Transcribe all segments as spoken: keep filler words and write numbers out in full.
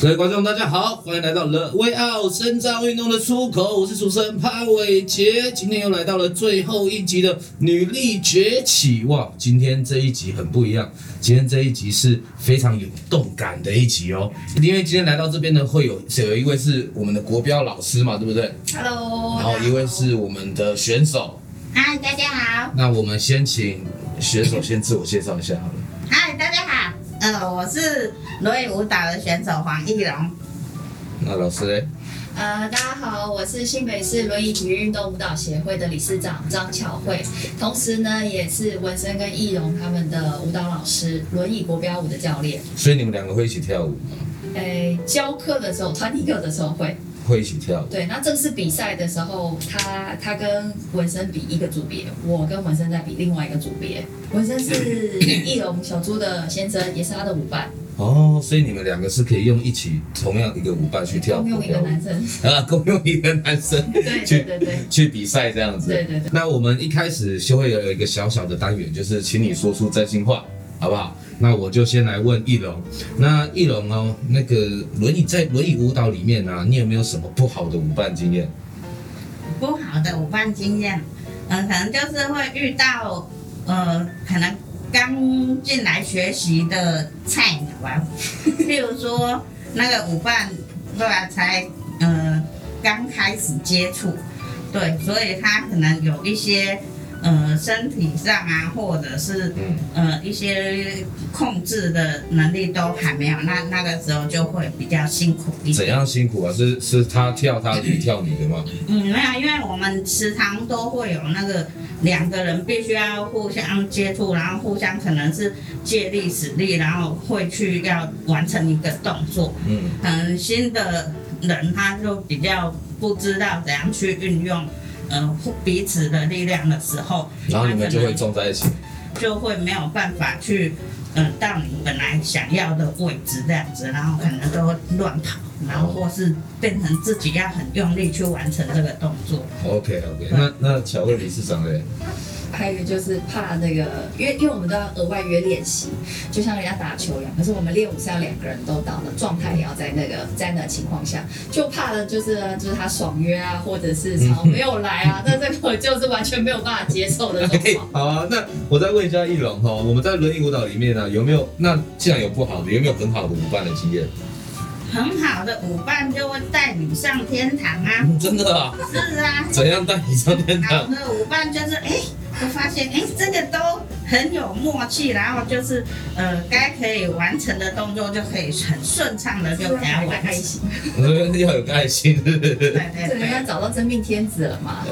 各位观众，大家好，欢迎来到了维奥生长运动的出口，我是主持人潘伟杰。今天又来到了最后一集的女力崛起，哇！今天这一集很不一样，今天这一集是非常有动感的一集哦。因为今天来到这边呢，会有有一位是我们的国标老师嘛，对不对 ？Hello。 然后一位是我们的选手。 嗨，大家好。 那我们先请选手先自我介绍一下好了。 嗨，大家好。呃，我是轮椅舞蹈的选手黄奕龙。 那老师嘞？ 呃，大家好，我是新北市轮椅体育运动舞蹈协会的理事长张巧慧，同时呢，也是文生跟奕龙他们的舞蹈老师，轮椅国标舞的教练。 所以你们两个会一起跳舞吗？ 诶，教课的时候，团体课的时候会。 会一起跳。 对，那正式比赛的时候，他他跟文生比一个组别，我跟文生在比另外一个组别。文生是奕龙小猪的先生，也是他的舞伴。 哦，所以你们两个是可以用一起同样一个舞伴去跳， 共用一个男生啊，共用一个男生， 对对对对， 去比赛这样子。 对对对。 那我们一开始就会有一个小小的单元，就是请你说出真心话，好不好？那我就先来问奕龙。那奕龙哦，那个轮椅在轮椅舞蹈里面啊，你有没有什么不好的舞伴经验？ 不好的舞伴经验，嗯、呃，可能就是会遇到，呃，可能刚进来学习的菜鸟吧，譬如说那个舞伴，对吧、啊，才呃刚开始接触，对，所以他可能有一些。呃，身体上啊，或者是呃一些控制的能力都还没有，那那个时候就会比较辛苦一点。 怎样辛苦啊？是是他跳他，你跳你的吗？ 嗯，没有，因为我们时常都会有那个两个人必须要互相接触，然后互相可能是借力使力，然后会去要完成一个动作。嗯，可能新的人他就比较不知道怎样去运用。呃，彼此的力量的时候， 然后你们就会撞在一起， 就会没有办法去，呃，到你本来想要的位置这样子，然后可能都会乱跑，然后或是变成自己要很用力去完成这个动作。 OK OK， 那那巧慧理事长嘞？ 还有一个就是怕那个，因为因为我们都要额外约练习，就像人家打球一样。可是我们练舞是要两个人都到的，状态也要在那个在那情况下，就怕的就是就是他爽约啊，或者是常没有来啊，那这个就是完全没有办法接受的状况。 好啊，那我再问一下奕龙哈，我们在轮椅舞蹈里面呢、啊，有没有那既然有不好的，有没有很好的舞伴的经验？ 很好的舞伴就会带你上天堂啊！ 嗯、真的啊？ 是啊。 怎样带你上天堂？ 好的舞伴就是哎。欸就发现哎，这个都很有默契，然后就是呃，该可以完成的动作就可以很顺畅的就给它完成。 要有个爱心，对对对。 对对对。 人家找到真命天子了嘛。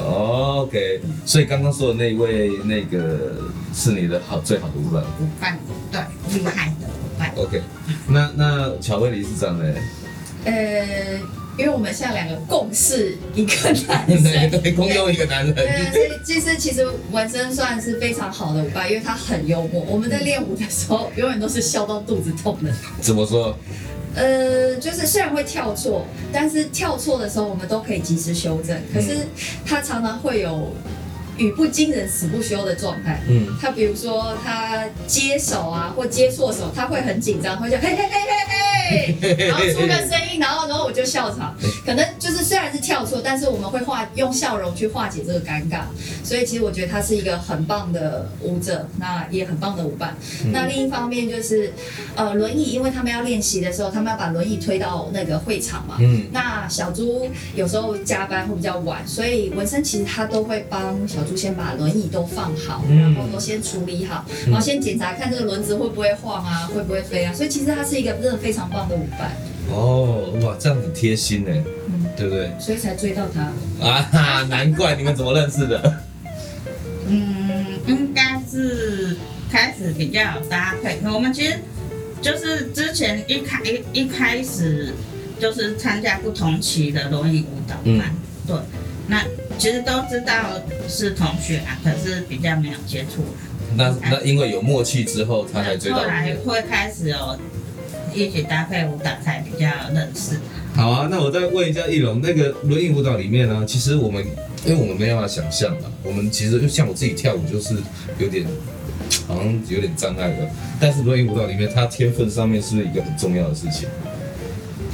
OK， 所以刚刚说的那一位那个是你的好最好的舞伴。 舞伴，对，厉害的舞伴。 OK， 那那巧慧理事长呢？ 呃。因为我们现在两个共事一个男生， 对，共用一个男人。 对，所以其实其实文生算是非常好的舞伴，因为他很幽默。我们在练舞的时候，永远都是笑到肚子痛的。 怎么说？ 呃，就是虽然会跳错，但是跳错的时候我们都可以及时修正。可是他常常会有语不惊人死不休的状态。嗯，他比如说他接手啊，或接错手，他会很紧张，会就嘿嘿嘿嘿嘿，然后出个声音，然后然后我就笑场。可能就是虽然是跳错，但是我们会化用笑容去化解这个尴尬。所以其实我觉得他是一个很棒的舞者，那也很棒的舞伴。嗯、那另一方面就是呃轮椅，因为他们要练习的时候，他们要把轮椅推到那个会场嘛。嗯，那小猪有时候加班会比较晚，所以文生其实他都会帮小猪。就先把轮椅都放好，然后都先处理好，然后先检查看这个轮子会不会晃啊，会不会飞啊。所以其实它是一个真的非常棒的舞伴。 哦，哇，这样很贴心呢，嗯，对不对？ 所以才追到他。 啊，难怪你们怎么认识的？ 嗯，应该是开始比较有搭配。我们其实就是之前一开一一开始就是参加不同期的轮椅舞蹈班，嗯、对。那其实都知道是同学啊，可是比较没有接触啊。 那那因为有默契之后，他才追到。 后来会开始有一起搭配舞蹈，才比较认识。 好啊，那我再问一下奕龙，那个轮椅舞蹈里面呢，其实我们因为我们没办法想象嘛，我们其实像我自己跳舞就是有点好像有点障碍的，但是轮椅舞蹈里面，它天分上面是不是一个很重要的事情？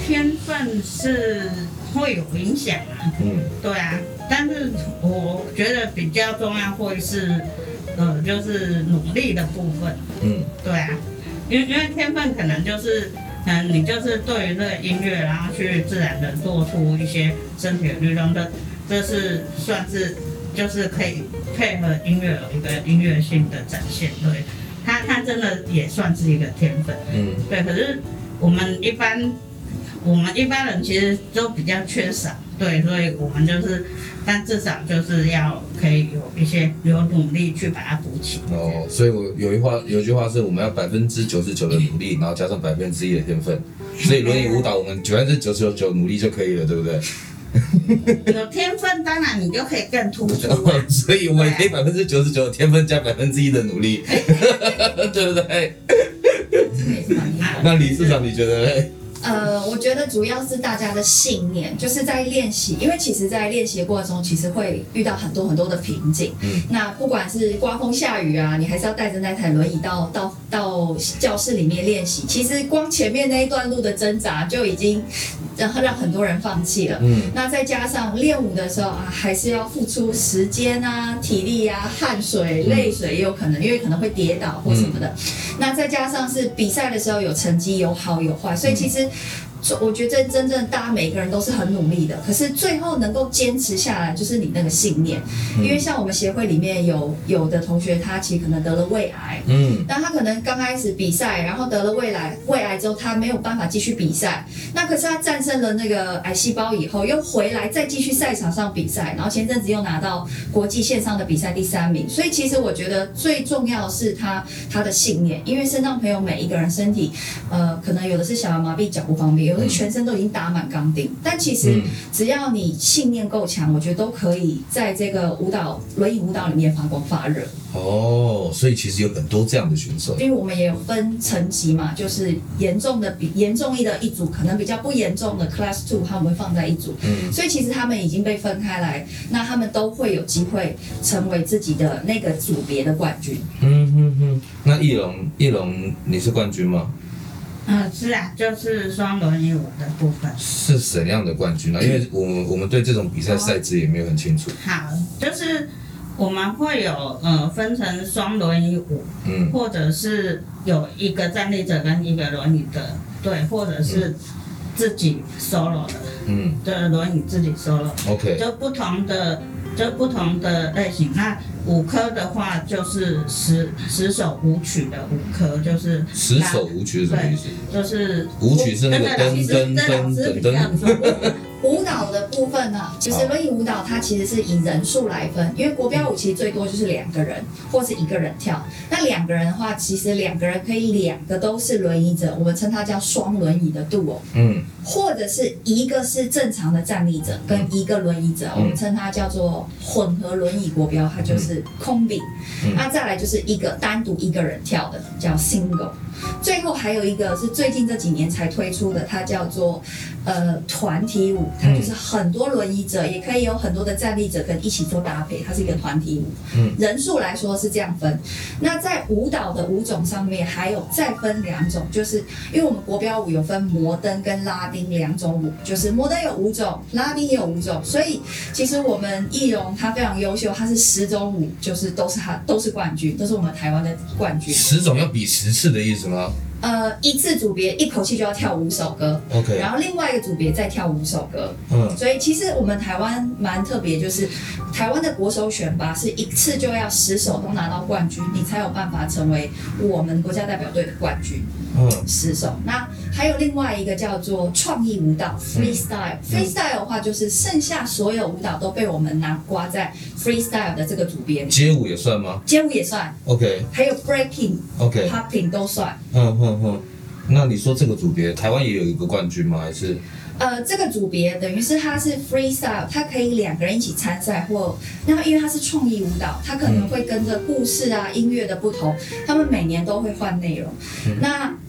天分是会有影响啊，嗯，对啊，但是我觉得比较重要会是，呃，就是努力的部分，嗯，对啊，因为因为天分可能就是，嗯，你就是对于这个音乐，然后去自然的做出一些身体的律动的，这是算是就是可以配合音乐有一个音乐性的展现，对，它它真的也算是一个天分，嗯，对，可是我们一般。我们一般人其实都比较缺少，对，所以我们就是，但至少就是要可以有一些有努力去把它补齐。 哦，所以我有一话有一句话是我们要百分之九十九的努力，然后加上百分之一的天分，所以轮椅舞蹈我们百分之九十九努力就可以了，对不对？ 有天分，当然你就可以更突出、 啊。所以我们可以百分之九十九的天分加百分之一的努力，对不对？那李市长你觉得嘞？ 呃，我觉得主要是大家的信念，就是在练习，因为其实，在练习的过程中，其实会遇到很多很多的瓶颈。嗯，那不管是刮风下雨啊，你还是要带着那台轮椅到到到教室里面练习。其实光前面那一段路的挣扎就已经让让很多人放弃了。嗯，那再加上练舞的时候啊，还是要付出时间啊、体力啊、汗水、泪水也有可能，因为可能会跌倒或什么的。嗯、那再加上是比赛的时候有成绩，有好有坏，所以其实。我觉得真正大家每个人都是很努力的，可是最后能够坚持下来，就是你那个信念。嗯、因为像我们协会里面有有的同学，他其实可能得了胃癌，嗯，但他可能刚开始比赛，然后得了胃癌，胃癌之后他没有办法继续比赛，那可是他战胜了那个癌细胞以后，又回来再继续赛场上比赛，然后前阵子又拿到国际线上的比赛第三名。所以其实我觉得最重要的是他他的信念，因为身障朋友每一个人身体，呃，可能有的是小儿麻痹，脚不方便。有的全身都已经打满钢钉，但其实只要你信念够强，我觉得都可以在这个舞蹈轮椅舞蹈里面发光发热。 哦，所以其实有很多这样的选手， 因为我们也有分层级嘛，就是严重的比严重一的一组，可能比较不严重的 Class Two， 他们会放在一组。嗯，所以其实他们已经被分开来，那他们都会有机会成为自己的那个组别的冠军。 嗯哼哼，那奕龙，奕龙你是冠军吗？ 嗯，是啊，就是双轮椅舞的部分。 是怎样的冠军呢、啊？因为我们我们对这种比赛赛制也没有很清楚。 好，就是我们会有呃分成双轮椅舞，嗯，或者是有一个站立者跟一个轮椅的，对，或者是自己 solo 的，嗯，的轮椅自己 solo。OK， 就不同的。就不同的类型，那舞科的话就是十十首舞曲的舞科，就是十首舞曲是什么意思？ 就是舞曲是那个噔噔噔噔噔。 舞蹈的部分呢，其实轮椅舞蹈它其实是以人数来分，因为国标舞其实最多就是两个人或是一个人跳。那两个人的话，其实两个人可以两个都是轮椅者，我们称它叫双轮椅的 duo。嗯。或者是一个是正常的站立者跟一个轮椅者，我们称它叫做混合轮椅国标，它就是 combi。那再来就是一个单独一个人跳的叫 single。最后还有一个是最近这几年才推出的，它叫做呃团体舞，它就是很多轮椅者，也可以有很多的站立者跟一起做搭配，它是一个团体舞。嗯，人数来说是这样分。那在舞蹈的舞种上面还有再分两种，就是因为我们国标舞有分摩登跟拉丁两种舞，就是摩登有五种，拉丁也有五种，所以其实我们奕龙他非常优秀，他是十种舞，就是都是他都是冠军，都是我们台湾的冠军。 十种要比十次的意思吗？ 呃，一次组别一口气就要跳五首歌 ，OK， 然后另外一个组别再跳五首歌，嗯，所以其实我们台湾蛮特别，就是台湾的国手选拔是一次就要十首都拿到冠军，你才有办法成为我们国家代表队的冠军，嗯，十首。那还有另外一个叫做创意舞蹈 freestyle，freestyle、嗯、的话就是剩下所有舞蹈都被我们拿挂在 freestyle 的这个组别里。 街舞也算吗？ 街舞也算 ，OK， 还有 breaking，OK，popping、okay. 都算。 嗯哼哼，那你说这个组别台湾也有一个冠军吗？还是？ 呃，这个组别等于是它是 freestyle， 它可以两个人一起参赛，或那因为它是创意舞蹈，它可能会跟着故事啊、音乐的不同，他们每年都会换内容。嗯、那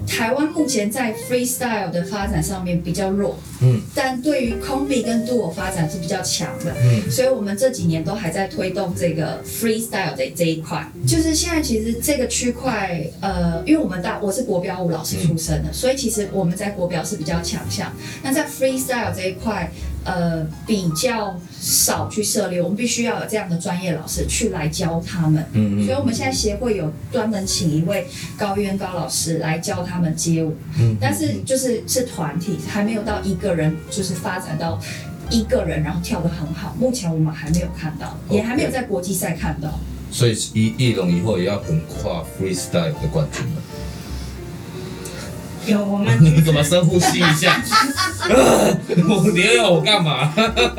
台湾目前在 freestyle 的发展上面比较弱， 嗯， 但对于 combi 跟 duo 发展是比较强的， 嗯， 所以我们这几年都还在推动这个 freestyle 的这一块。就是现在其实这个区块，呃，因为我们大我是国标舞老师出身的，嗯、所以其实我们在国标是比较强项。那在 freestyle 这一块，呃，比较少去涉猎，我们必须要有这样的专业老师去来教他们。嗯嗯。所以我们现在协会有专门请一位高渊高老师来教他们街舞。嗯。但是就是是团体，还没有到一个人，就是发展到一个人然后跳得很好。目前我们还没有看到， okay. 也还没有在国际赛看到。 所以艺艺龙以后也要横跨 freestyle 的冠军了。 有我们你怎么深呼吸一下？我你要我干嘛？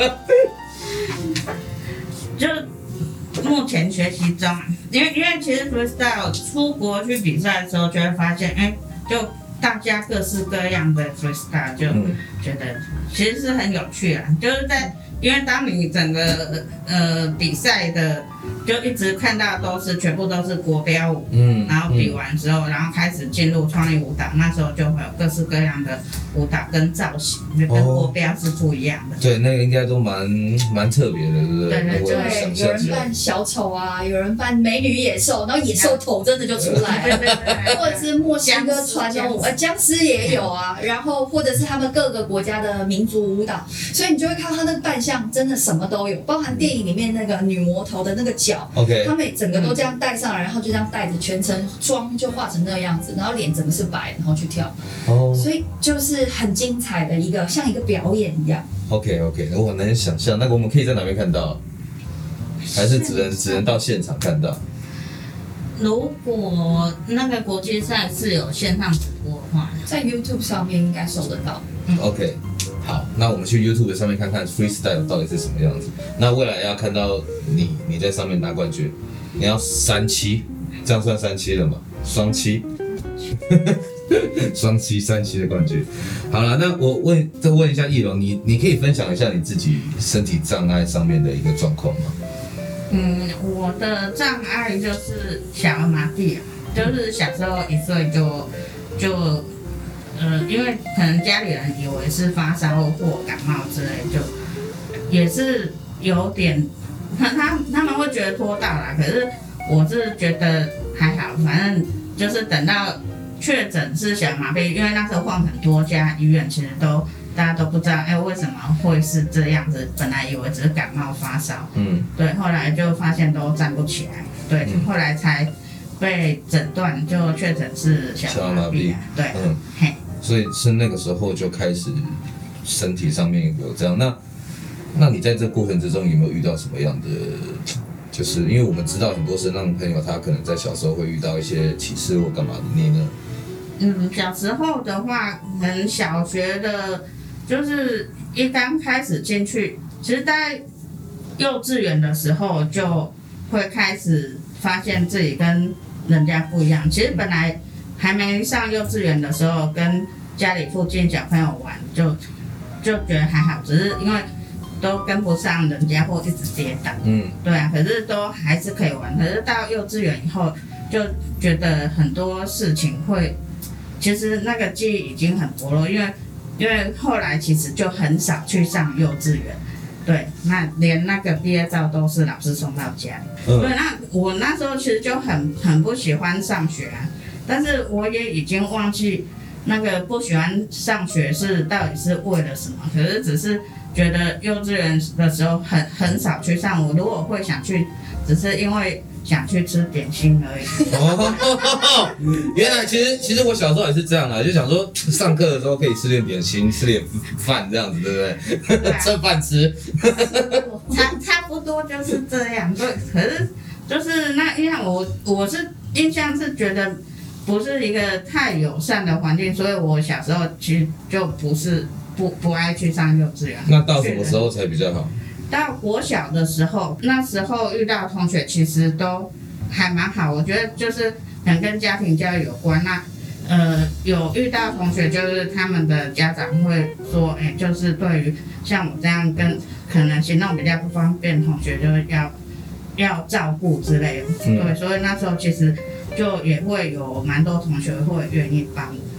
就目前学习中，因为因为其实 freestyle 出国去比赛的时候，就会发现，哎、欸，就大家各式各样的 freestyle， 就觉得其实是很有趣啊。就是在因为当你整个呃比赛的就一直看到都是全部都是国标舞，嗯，然后比完之后，嗯、然后开始进入创意舞蹈，那时候就会有各式各样的舞蹈跟造型，就跟国标是不一样的。哦、 对，那个应该都蛮蛮特别的，对不对？ 对对对，有人扮小丑啊，有人扮美女野兽，然后野兽头真的就出来了，对对对，或者是墨西哥传统舞，呃，僵尸也有啊，然后或者是他们各个国家的民族舞蹈，所以你就会看到他那个扮相。真的什么都有，包含电影里面那个女魔头的那个脚， OK， 他们整个都这样戴上来，然后就这样戴着，全程妆就画成那个样子，然后脸整个是白，然后去跳，哦，所以就是很精彩的一个，像一个表演一样。 OK OK， 我很难想象，那个我们可以在哪边看到？还是只能只能到现场看到？ 如果那个国际赛是有线上直播的话， 在 YouTube 上面应该搜得到。 嗯、OK。好，那我们去 YouTube 上面看看 freestyle 到底是什么样子。那未来要看到你你在上面拿冠军，你要三七，这样算三七了吗？双七，双七三七的冠军。好了，那我问再问一下艺龙，你你可以分享一下你自己身体障碍上面的一个状况吗？ 嗯，我的障碍就是小儿麻痹，就是小时候一岁就就。呃，因为可能家里人以为是发烧或感冒之类，就也是有点，他他他们会觉得拖到啦，可是我是觉得还好，反正就是等到确诊是小儿麻痹，因为那时候晃很多家医院，其实都大家都不知道，哎、欸，为什么会是这样子？本来以为只是感冒发烧，嗯，对，后来就发现都站不起来，对，嗯、后来才被诊断就确诊是小儿麻痹，对，嗯，嘿。 所以是那个时候就开始身体上面有这样，那那你在这过程之中有没有遇到什么样的？就是因为我们知道很多身障朋友他可能在小时候会遇到一些歧视或干嘛的，你呢？ 嗯，小时候的话，可能小学的，就是一刚开始进去，其实在幼稚园的时候就会开始发现自己跟人家不一样。其实本来还没上幼稚园的时候，跟家里附近小朋友玩，就就觉得还好，只是因为都跟不上人家或一直跌倒，嗯，对啊，可是都还是可以玩。可是到幼稚园以后，就觉得很多事情会，其实那个记忆已经很薄弱，因为因为后来其实就很少去上幼稚园。对，那连那个毕业照都是老师送到家里。嗯、对，那我那时候其实就很很不喜欢上学啊，但是我也已经忘记那个不喜欢上学是到底是为了什么。可是只是觉得幼稚园的时候很很少去上，我如果会想去，只是因为想去吃点心而已。 哦，原来其实其实我小时候也是这样啦，就想说上课的时候可以吃点点心，吃点饭这样子，对不对？啊、蹭饭吃。 差差不多就是这样，对。可是就是那因为我我是印象是觉得不是一个太友善的环境，所以我小时候其实就不是不不爱去上幼稚园。 那到什么时候才比较好？ 到国小的时候，那时候遇到的同学其实都还蛮好，我觉得就是可能跟家庭教育有关。那呃有遇到同学，就是他们的家长会说，哎、欸，就是对于像我这样跟可能行动比较不方便的同学，就是要要照顾之类的。嗯、对，所以那时候其实就也会有蛮多同学会愿意帮我。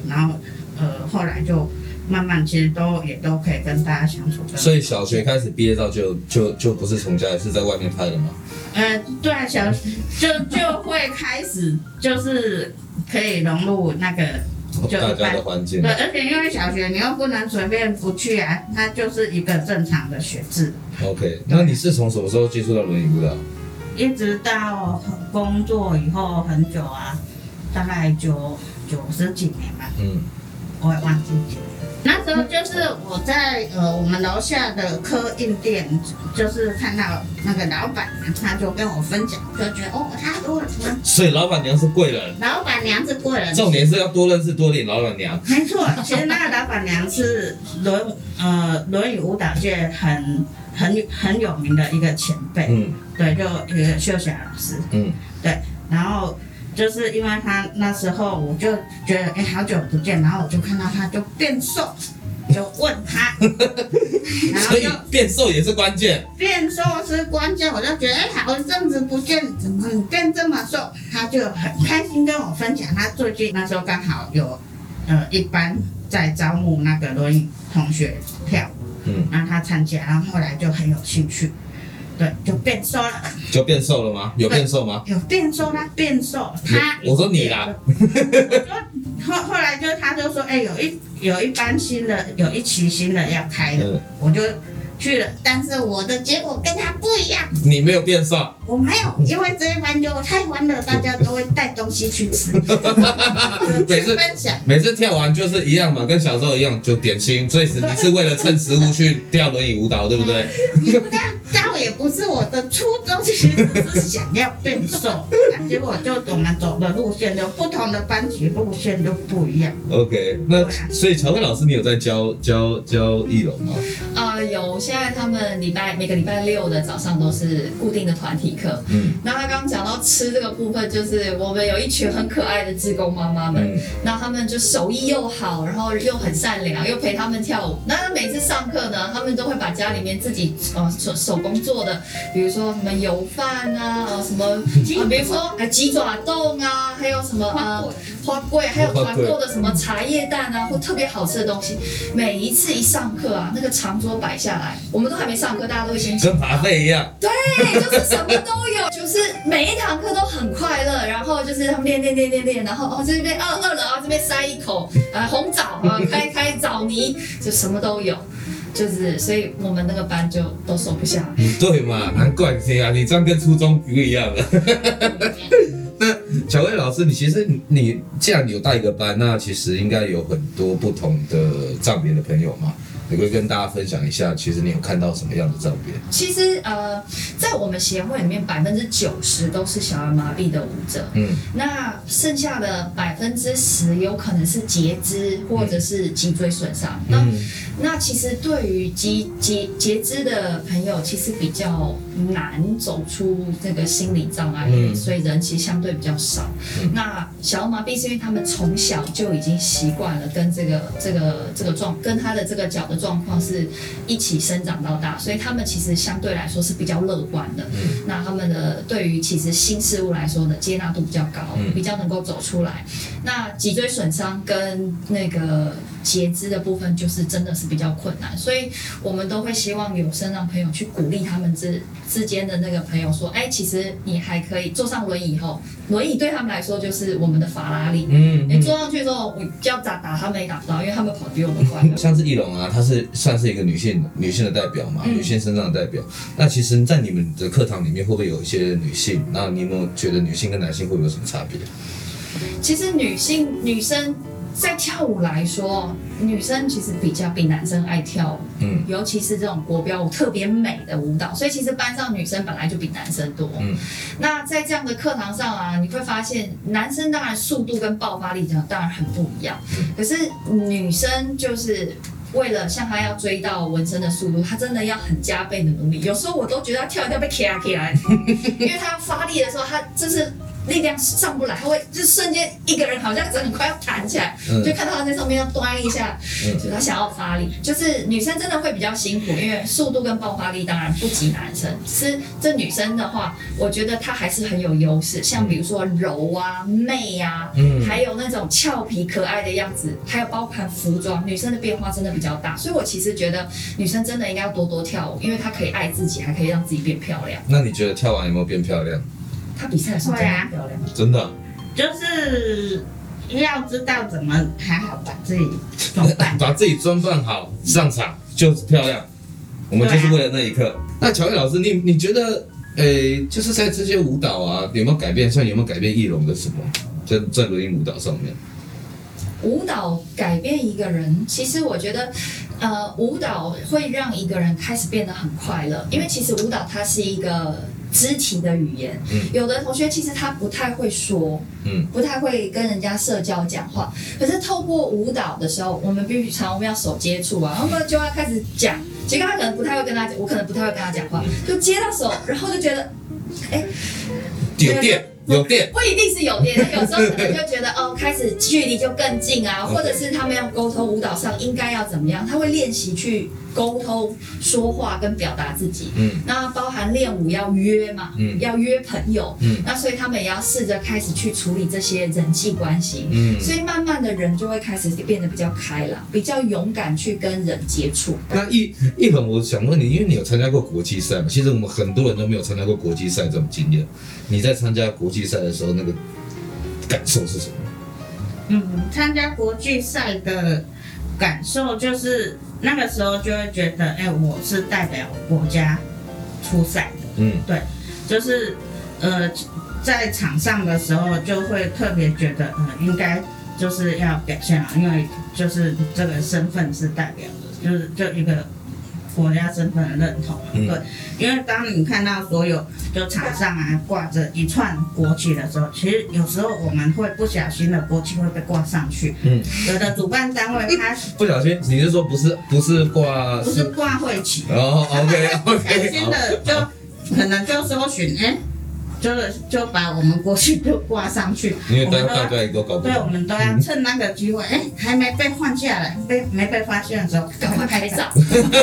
然后呃后来就慢慢其实都也都可以跟大家相处。 所以小学开始毕业照就就就不是从家里，是在外面拍的吗？ 呃，对啊，小就就会开始就是可以融入那个就大家的环境。 对，而且因为小学你又不能随便不去啊，它就是一个正常的学制。 OK， 那你是从什么时候接触到轮椅舞蹈？ 一直到工作以后很久啊，大概九九十几年吧。嗯，我也忘记几年。那时候就是我在呃我们楼下的科印店，就是看到那个老板娘，他就跟我分享，就觉得哦，他多什么？ 所以老板娘是贵人。 老板娘是贵人。 重点是要多认识多点老板娘。 没错，其实那个老板娘是轮呃轮椅舞蹈界很很很有名的一个前辈。嗯。对，就一个秀霞老师。嗯。对，然后。就是因为他那时候，我就觉得哎、欸，好久不见，然后我就看到他就变瘦，就问他，然后所以变瘦也是关键。 变瘦是关键，我就觉得哎、欸，好一阵子不见，怎么你变这么瘦？他就很开心跟我分享，他最近那时候刚好有呃一班在招募那个轮椅同学跳舞，嗯，然后他参加，然后后来就很有兴趣。对，就变瘦了。 就变瘦了吗？有变瘦吗？ 有变瘦啦，变瘦。他我说你啦。 我说后后来就他就说，哎、欸，有一有一班新的，有一期新的要开的，嗯、我就去了。但是我的结果跟他不一样。 你没有变瘦。 我没有，因为这一班就太欢乐，大家都会带东西去吃。 每次分享， 每次跳完就是一样嘛，跟小时候一样，就点心。所以你是为了蹭食物去跳轮椅舞蹈，对不对？ 也不倒也不是我的初衷，其实是想要变瘦。结果就我们走的路线就不同的班级路线就不一样。 OK， 那所以乔慧老师，你有在教教教艺龙吗？ 呃，有，现在他们礼拜每个礼拜六的早上都是固定的团体课。嗯，那他刚刚讲到吃这个部分，就是我们有一群很可爱的志工妈妈们，嗯、那他们就手艺又好，然后又很善良，又陪他们跳舞。那每次上课呢，他们都会把家里面自己呃手手工做的，比如说什么油饭啊，呃什么，呃、比如说呃鸡爪冻啊，还有什么呃花桂，还有团购的什么茶叶蛋啊，或特别好吃的东西。每一次一上课啊，那个长桌摆下来，我们都还没上课，大家都会先跟爬费一样。 对，就是什么都有，就是每一堂课都很快乐。然后就是他们练练练练练，然后哦这边饿饿了啊，这边塞一口呃红枣啊，开开枣泥，就什么都有。就是所以我们那个班就都瘦不下来。 对嘛，难怪你啊，你这样跟初中不一样了。那巧慧老师，你其实你既然有带一个班，那其实应该有很多不同的障别的朋友嘛。你会跟大家分享一下，其实你有看到什么样的障别？ 其实呃，在我们协会里面，百分之九十都是小儿麻痹的舞者，嗯，那剩下的百分之十有可能是截肢或者是脊椎损伤。那、嗯、那其实对于脊截截肢的朋友，其实比较难走出这个心理障碍，嗯、所以人其实相对比较少。嗯、那小儿麻痹是因为他们从小就已经习惯了跟这个这个这个状跟他的这个脚的状况是一起生长到大，所以他们其实相对来说是比较乐观的。嗯、那他们的对于其实新事物来说的接纳度比较高，嗯、比较能够走出来。那脊椎损伤跟那个截肢的部分就是真的是比较困难，所以我们都会希望有身障朋友去鼓励他们之之间的那个朋友说，哎，其实你还可以坐上轮椅以后，轮椅对他们来说就是我们的法拉利。嗯，你坐上去之后，我要打打他们也打不到，因为他们跑得比我们快。 像是艺龙啊，她是算是一个女性女性的代表嘛，嗯、女性身障的代表。那其实，在你们的课堂里面，会不会有一些女性？那你有没有觉得女性跟男性会不会有什么差别？ 其实女性女生在跳舞来说，女生其实比较比男生爱跳舞，嗯，尤其是这种国标舞特别美的舞蹈，所以其实班上女生本来就比男生多。嗯，那在这样的课堂上啊，你会发现男生当然速度跟爆发力当然很不一样，可是女生就是为了像她要追到纹身的速度，她真的要很加倍的努力。有时候我都觉得她跳一跳被卡起来，因为她发力的时候，她就是力量上不来，他会就瞬间一个人好像整个快要弹起来，嗯、就看到他在上面要端一下，嗯、就他想要发力。就是女生真的会比较辛苦，因为速度跟爆发力当然不及男生。是这女生的话，我觉得她还是很有优势，像比如说柔啊、媚啊，嗯、还有那种俏皮可爱的样子，还有包含服装，女生的变化真的比较大。所以我其实觉得女生真的应该要多多跳舞，因为她可以爱自己，还可以让自己变漂亮。 那你觉得跳完有没有变漂亮？ 她比赛的时候真的很漂亮， 真的。 就是要知道怎么好好把自己装扮， 把自己装扮好，上场就是漂亮。我们就是为了那一刻。啊、那乔慧老师，你你觉得，诶，就是在这些舞蹈啊，有没有改变？像有没有改变艺龙的什么？在在轮椅舞蹈上面， 舞蹈改变一个人，其实我觉得，呃，舞蹈会让一个人开始变得很快乐，因为其实舞蹈它是一个肢体的语言。嗯、有的同学其实他不太会说，嗯，不太会跟人家社交讲话，可是透过舞蹈的时候，我们必须常我们要手接触啊，然后就要开始讲。其实他可能不太会跟他讲，我可能不太会跟他讲话，就接到手，然后就觉得，哎， 有电。有电不一定是有电，有时候可能就觉得哦，开始距离就更近啊，或者是他们要沟通舞蹈上应该要怎么样，他会练习去沟通、说话跟表达自己。嗯，那包含练舞要约嘛，嗯，要约朋友，嗯，那所以他们也要试着开始去处理这些人际关系。嗯，所以慢慢的人就会开始变得比较开朗，比较勇敢去跟人接触。 那一一恒，我想问你，因为你有参加过国际赛嘛？其实我们很多人都没有参加过国际赛这种经验。你在参加国际赛的时候，那个感受是什么？ 嗯，参加国际赛的感受就是那个时候就会觉得，哎、欸，我是代表国家出赛的。嗯，对，就是呃，在场上的时候就会特别觉得，呃，应该就是要表现好，因为就是这个身份是代表的，就是就一个国家身份的认同。嗯、对，因为当你看到所有就场上啊挂着一串国旗的时候，其实有时候我们会不小心的国旗会被挂上去。嗯，有的主办单位他不小心，你是说不是不是挂不是挂会旗？ 哦 ，OK OK， 不小心的就可能就搜寻哎。就是就把我们国旗就挂上去， 因为大大家都搞不懂。 对，我们都要趁那个机会，哎、欸，还没被换下来，被没被发现的时候，赶快拍照。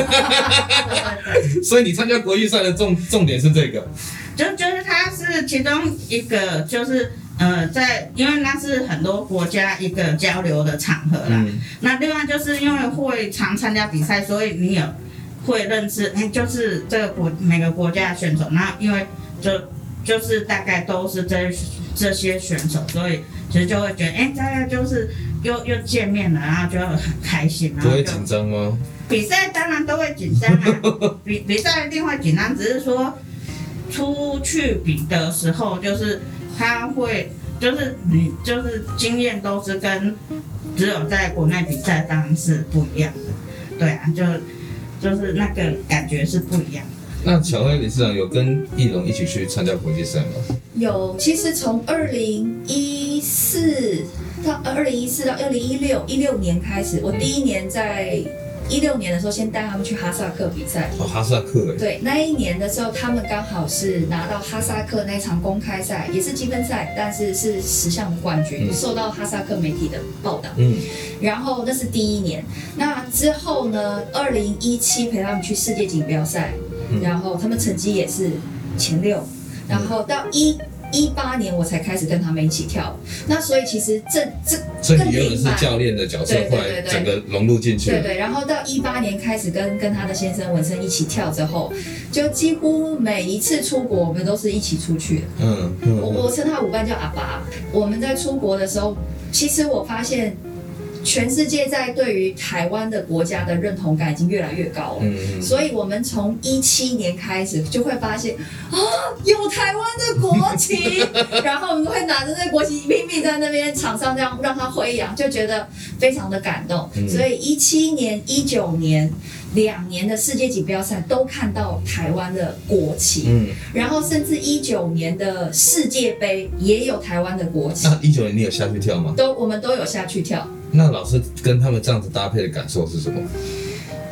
所以你参加国际赛的重重点是这个， 就就是它是其中一个，就是呃，在因为那是很多国家一个交流的场合啦。嗯、那另外就是因为会常参加比赛，所以你有会认识，哎、欸，就是这个国每个国家的选手，那因为就。就是大概都是这这些选手，所以其实就会觉得，哎、欸，大概就是又又见面了，然后就很开心。 不会紧张吗？ 比赛当然都会紧张啊，比比赛一定会紧张，只是说出去比的时候，就是他会，就是你就是经验都是跟只有在国内比赛当然是不一样的，对啊，就就是那个感觉是不一样的。 那巧慧理事长有跟艺龙一起去参加国际赛吗？ 有，其实从二零一四到二零一四到二零一六一六年开始，我第一年在一六年的时候，先带他们去哈萨克比赛。 哦，哈萨克哎。 对，那一年的时候，他们刚好是拿到哈萨克那场公开赛，也是积分赛，但是是十项的冠军，嗯、受到哈萨克媒体的报道。嗯。然后那是第一年，那之后呢？二零一七陪他们去世界锦标赛。然后他们成绩也是前六，然后到一一八年我才开始跟他们一起跳。那所以其实这这所以你原本是教练的角色，后来整个融入进去。 对对，然后到一八年开始跟跟他的先生文生一起跳之后，就几乎每一次出国我们都是一起出去的。嗯嗯，我我称他舞伴叫阿爸。我们在出国的时候，其实我发现。全世界在对于台湾的国家的认同感已经越来越高了，嗯、所以我们从一七年开始就会发现啊，有台湾的国旗，然后我们会拿着那个国旗拼命在那边场上这样让它挥扬，就觉得非常的感动。嗯、所以一七年、一九年两年的世界锦标赛都看到台湾的国旗，嗯、然后甚至一九年的世界杯也有台湾的国旗。 那一九年你有下去跳吗？ 都我们都有下去跳。 那老师跟他们这样子搭配的感受是什么？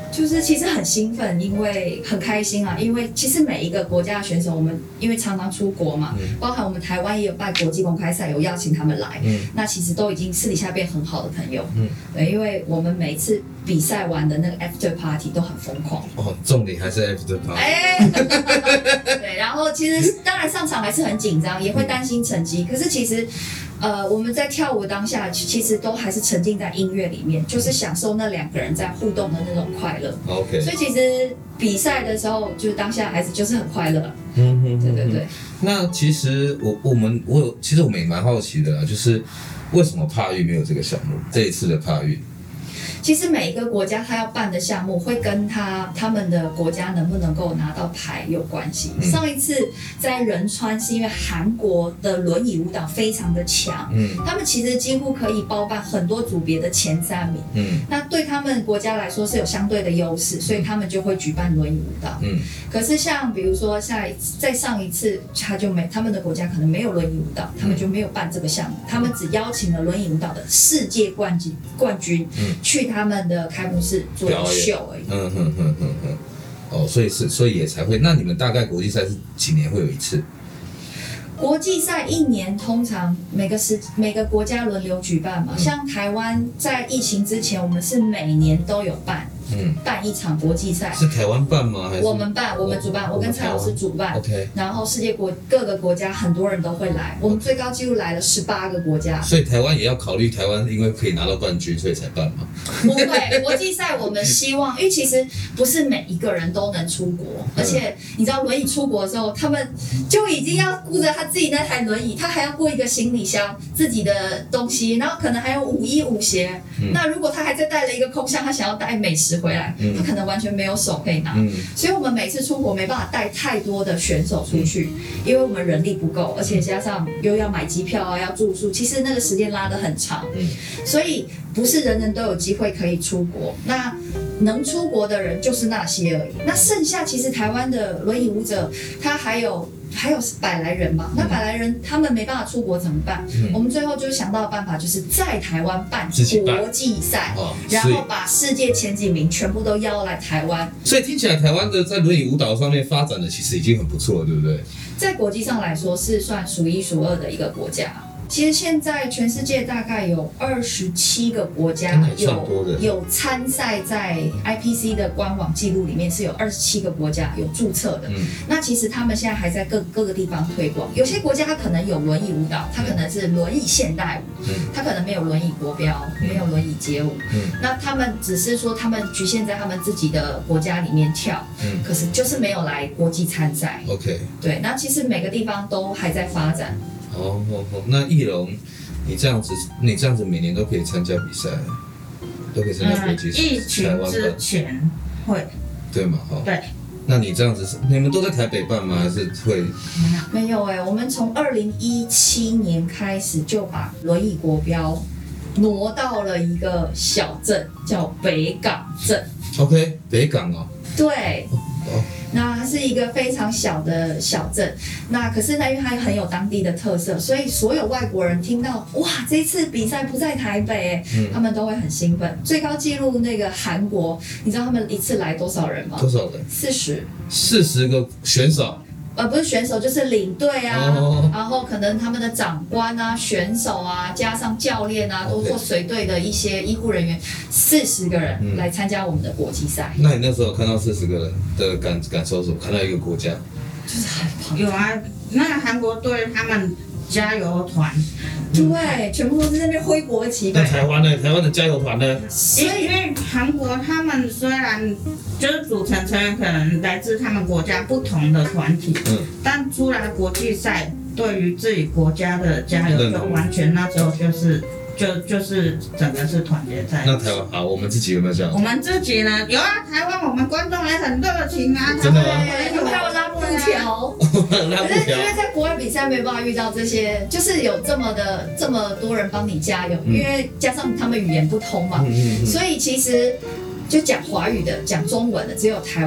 就是其实很兴奋，因为很开心啊，因为其实每一个国家的选手，我们因为常常出国嘛，嗯、包含我们台湾也有办国际公开赛，有邀请他们来，嗯、那其实都已经私底下变很好的朋友，嗯，对，因为我们每一次比赛完的那个 after party 都很疯狂。 哦，重点还是 after party。 哎，对，然后其实当然上场还是很紧张，也会担心成绩，可是其实。呃，我们在跳舞当下，其实都还是沉浸在音乐里面，就是享受那两个人在互动的那种快乐。 OK。所以其实比赛的时候，就是当下孩子就是很快乐。嗯哼，对对对。 那其实我我们我有，其实我们也蛮好奇的啦，就是为什么帕运没有这个项目？这一次的帕运。 其实每一个国家他要办的项目会跟他他们的国家能不能够拿到牌有关系。嗯、上一次在仁川是因为韩国的轮椅舞蹈非常的强，嗯，他们其实几乎可以包办很多组别的前三名，嗯，那对他们国家来说是有相对的优势，所以他们就会举办轮椅舞蹈，嗯。可是像比如说下一次再上一次他就没他们的国家可能没有轮椅舞蹈，他们就没有办这个项目，他们只邀请了轮椅舞蹈的世界冠军冠军，嗯，去他们的开幕式做一个秀而已。嗯哼哼哼哼。哦，所以是，所以也才会。那你们大概国际赛是几年会有一次？ 国际赛一年通常每个时每个国家轮流举办嘛。嗯、像台湾在疫情之前，我们是每年都有办。嗯，办一场国际赛是台湾办吗？还是我们办？我们主办，我跟蔡老师主办。 OK。 然后世界国各个国家很多人都会来，我们最高纪录来了十八个国家。 所以台湾也要考虑台湾，因为可以拿到冠军，所以才办嘛。 不会，国际赛我们希望，因为其实不是每一个人都能出国，而且你知道轮椅出国的时候，他们就已经要顾着他自己那台轮椅，他还要顾一个行李箱、自己的东西，然后可能还有五衣五鞋。嗯、那如果他还再带了一个空箱，他想要带美食回来，嗯、他可能完全没有手可以拿。嗯、所以我们每次出国没办法带太多的选手出去，嗯、因为我们人力不够，而且加上又要买机票啊，要住宿，其实那个时间拉得很长。嗯、所以不是人人都有机会可以出国。那能出国的人就是那些而已。那剩下其实台湾的轮椅舞者，他还有。还有百来人嘛，那百来人他们没办法出国怎么办？嗯、我们最后就想到的办法，就是在台湾办国际赛，哦、然后把世界前几名全部都邀来台湾。 所以听起来台湾的在轮椅舞蹈上面发展的其实已经很不错了，对不对？ 在国际上来说是算数一数二的一个国家。其实现在全世界大概有二十七个国家有有参赛，在 I P C 的官网记录里面是有二十七个国家有注册的。嗯、那其实他们现在还在各各个地方推广。有些国家它可能有轮椅舞蹈，它可能是轮椅现代舞，嗯、它可能没有轮椅国标，没有轮椅街舞。嗯、那他们只是说他们局限在他们自己的国家里面跳，嗯、可是就是没有来国际参赛。 OK。 对，那其实每个地方都还在发展。 哦哦哦，那奕龙，你这样子，你这样子每年都可以参加比赛，都可以参加国际赛。 疫情之前会， 对嘛？哈。 对。 那你这样子，你们都在台北办吗？还是会？ 没有，没有哎、欸，我们从二零一七年开始就把轮椅国标挪到了一个小镇，叫北港镇。 OK， 北港哦。 对。哦。那它是一个非常小的小镇，那可是呢，因为它很有当地的特色，所以所有外国人听到哇，这一次比赛不在台北，嗯、他们都会很兴奋。最高纪录那个韩国，你知道他们一次来多少人吗？ 多少人？ 四十。 四十个选手。 呃，不是选手，就是领队啊， oh. 然后可能他们的长官啊、选手啊，加上教练啊， okay. 都做随队的一些医护人员，四十个人来参加我们的国际赛。 嗯、那你那时候看到四十个人的感感受是什么？看到一个国家， 就是很棒。 有啊，那个韩国队他们加油团， 对，全部都是在那边挥国旗。 那台湾呢？台湾的加油团呢？ 所以因为韩国他们虽然就是组成成员可能来自他们国家不同的团体，嗯，但出来国际赛对于自己国家的加油就完全那时候就是就就是整个是团结在一起。 那台湾好，我们自己有没有这样？ 我们自己呢？有啊，台湾我们观众也很热情啊。 真的吗？ 有还有拉布条。可是因为在国外比赛没有办法遇到这些，就是有这么的这么多人帮你加油，嗯、因为加上他们语言不通嘛，嗯嗯嗯、所以其实就讲华语的、讲中文的只有台湾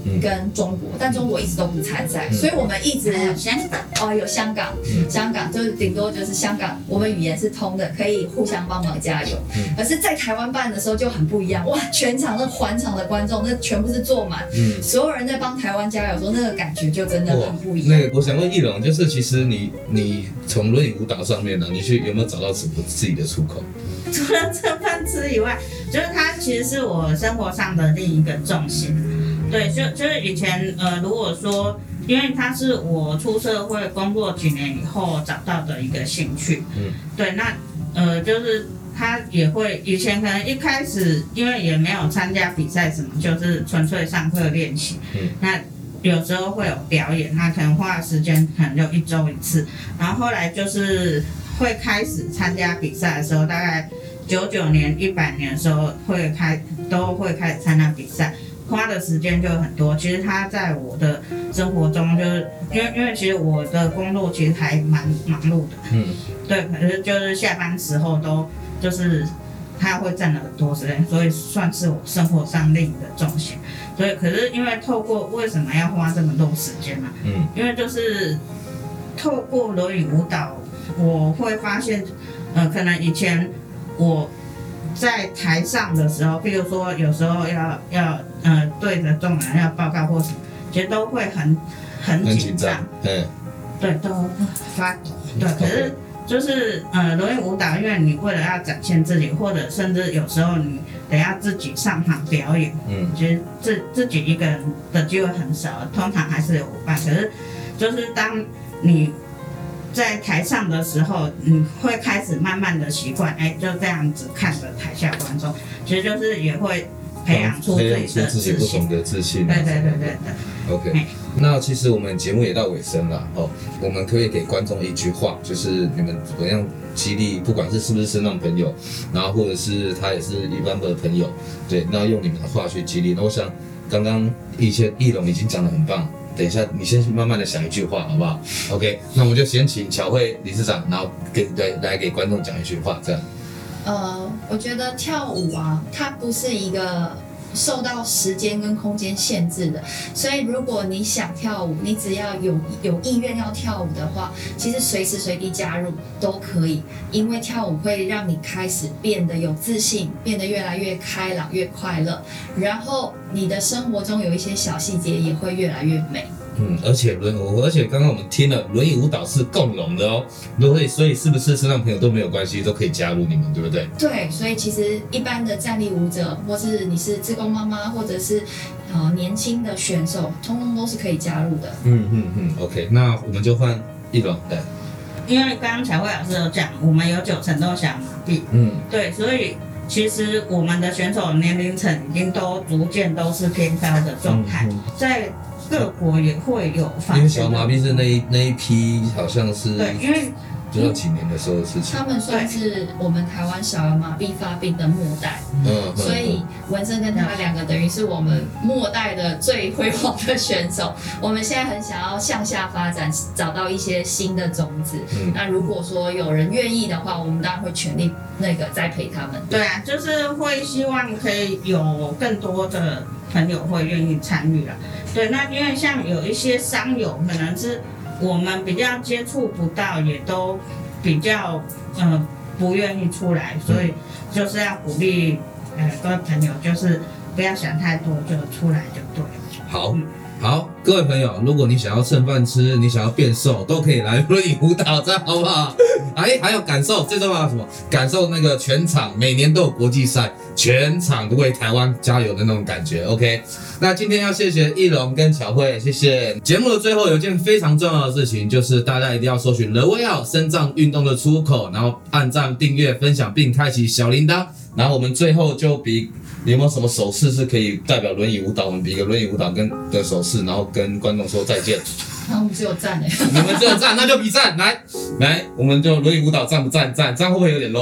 跟中国，但中国一直都不参赛，所以我们一直香港哦有香港，香港就是顶多就是香港，我们语言是通的，可以互相帮忙加油。可是，在台湾办的时候就很不一样，哇，全场那环场的观众那全部是坐满，嗯，所有人在帮台湾加油，说那个感觉就真的很不一样。 那个，我想问奕龙，就是其实你你从轮椅舞蹈上面呢，你去有没有找到什么自己的出口？ 除了蹭饭吃以外，就是它其实是我生活上的另一个重心。对，就就是以前呃，如果说，因为它是我出社会工作几年以后找到的一个兴趣。嗯。对，那呃，就是他也会以前可能一开始因为也没有参加比赛什么，就是纯粹上课练习。嗯。那有时候会有表演，那可能花的时间可能就一周一次，然后后来就是会开始参加比赛的时候，大概九九年、一百年的时候会开都会开始参加比赛，花的时间就很多。其实他在我的生活中，就是因为因为其实我的工作其实还蛮忙碌的，嗯，对，可是就是下班时候都就是他会占了很多时间，所以算是我生活上另一个重心。所以可是因为透过为什么要花这么多时间呢？嗯，因为就是透过轮椅舞蹈，我会发现，呃，可能以前我在台上的时候，譬如说有时候要要呃对着众人要报告或什么，其实都会很很紧张，嗯，对，都发抖，对，可是。就是呃，轮椅舞蹈，因为你为了要展现自己，或者甚至有时候你得要自己上场表演，嗯，其实自自己一个人的机会很少，通常还是有伙伴。可是，就是当你在台上的时候，你会开始慢慢的习惯，哎，就这样子看着台下观众，其实就是也会培养出自己的自信， 不同的自信。 对对对对对。 OK。那其实我们节目也到尾声了哦，我们可以给观众一句话，就是你们怎么样激励，不管是是不是身障朋友，然后或者是他也是一般的朋友，对，那用你们的话去激励。那我想刚刚一些奕龙已经讲得很棒，等一下你先慢慢的想一句话好不好 ？OK， 那我们就先请巧慧理事长，然后给对来给观众讲一句话，这样。 呃，我觉得跳舞啊，它不是一个受到时间跟空间限制的，所以如果你想跳舞，你只要有有意愿要跳舞的话，其实随时随地加入都可以，因为跳舞会让你开始变得有自信，变得越来越开朗、越快乐，然后你的生活中有一些小细节也会越来越美。 嗯，而且轮而且刚刚我们听了轮椅舞蹈是共融的哦，所以所以是不是身障朋友都没有关系，都可以加入你们，对不对？ 对，所以其实一般的站立舞者，或是你是志工妈妈，或者是呃年轻的选手，通通都是可以加入的。 嗯嗯嗯 ，OK， 那我们就换奕龙对。 因为刚刚巧慧老师有讲，我们有九成都小麻痹，嗯，对，所以其实我们的选手年龄层已经都逐渐都是偏高的状态，嗯嗯、在。各国也会有发现， 因为小麻痹是那一那一批，好像是对，因为不知道几年的时候的事情。 他们算是我们台湾小儿麻痹发病的末代，嗯，所以文生跟他两个等于是我们末代的最辉煌的选手。我们现在很想要向下发展，找到一些新的种子。嗯，那如果说有人愿意的话，我们当然会全力那个栽培他们。 对啊，就是会希望可以有更多的朋友会愿意参与了。对，那因为像有一些商友，可能是我们比较接触不到，也都比较呃不愿意出来，所以就是要鼓励呃各位朋友，就是不要想太多，就出来就对了。 好。嗯好，各位朋友，如果你想要蹭饭吃，你想要变瘦，都可以来轮椅舞蹈，这样好不好？哎，还有感受，最重要的什么？感受那个全场每年都有国际赛，全场为台湾加油的那种感觉。OK， 那今天要谢谢奕龙跟巧慧，谢谢。节目的最后有件非常重要的事情，就是大家一定要搜寻 The Way Out 身障运动的出口，然后按赞、订阅、分享，并开启小铃铛。然后我们最后就比。你有没有什么手势是可以代表轮椅舞蹈？我们比一个轮椅舞蹈跟的手势，然后跟观众说再见。 然后我们只有站诶， 你们只有站，那就比站，来来，我们就轮椅舞蹈站不站站，这样会不会有点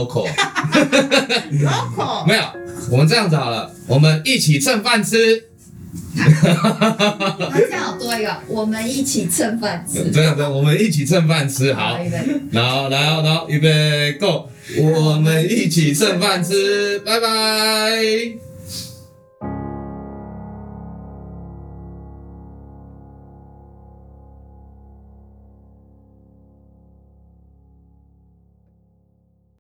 local？local 没有，我们这样子好了，我们一起蹭饭吃。 那这样好多一个，我们一起蹭饭吃。 这样子，我们一起蹭饭吃，好。然后，然后，然后，预备，Go！我们一起蹭饭吃，拜拜。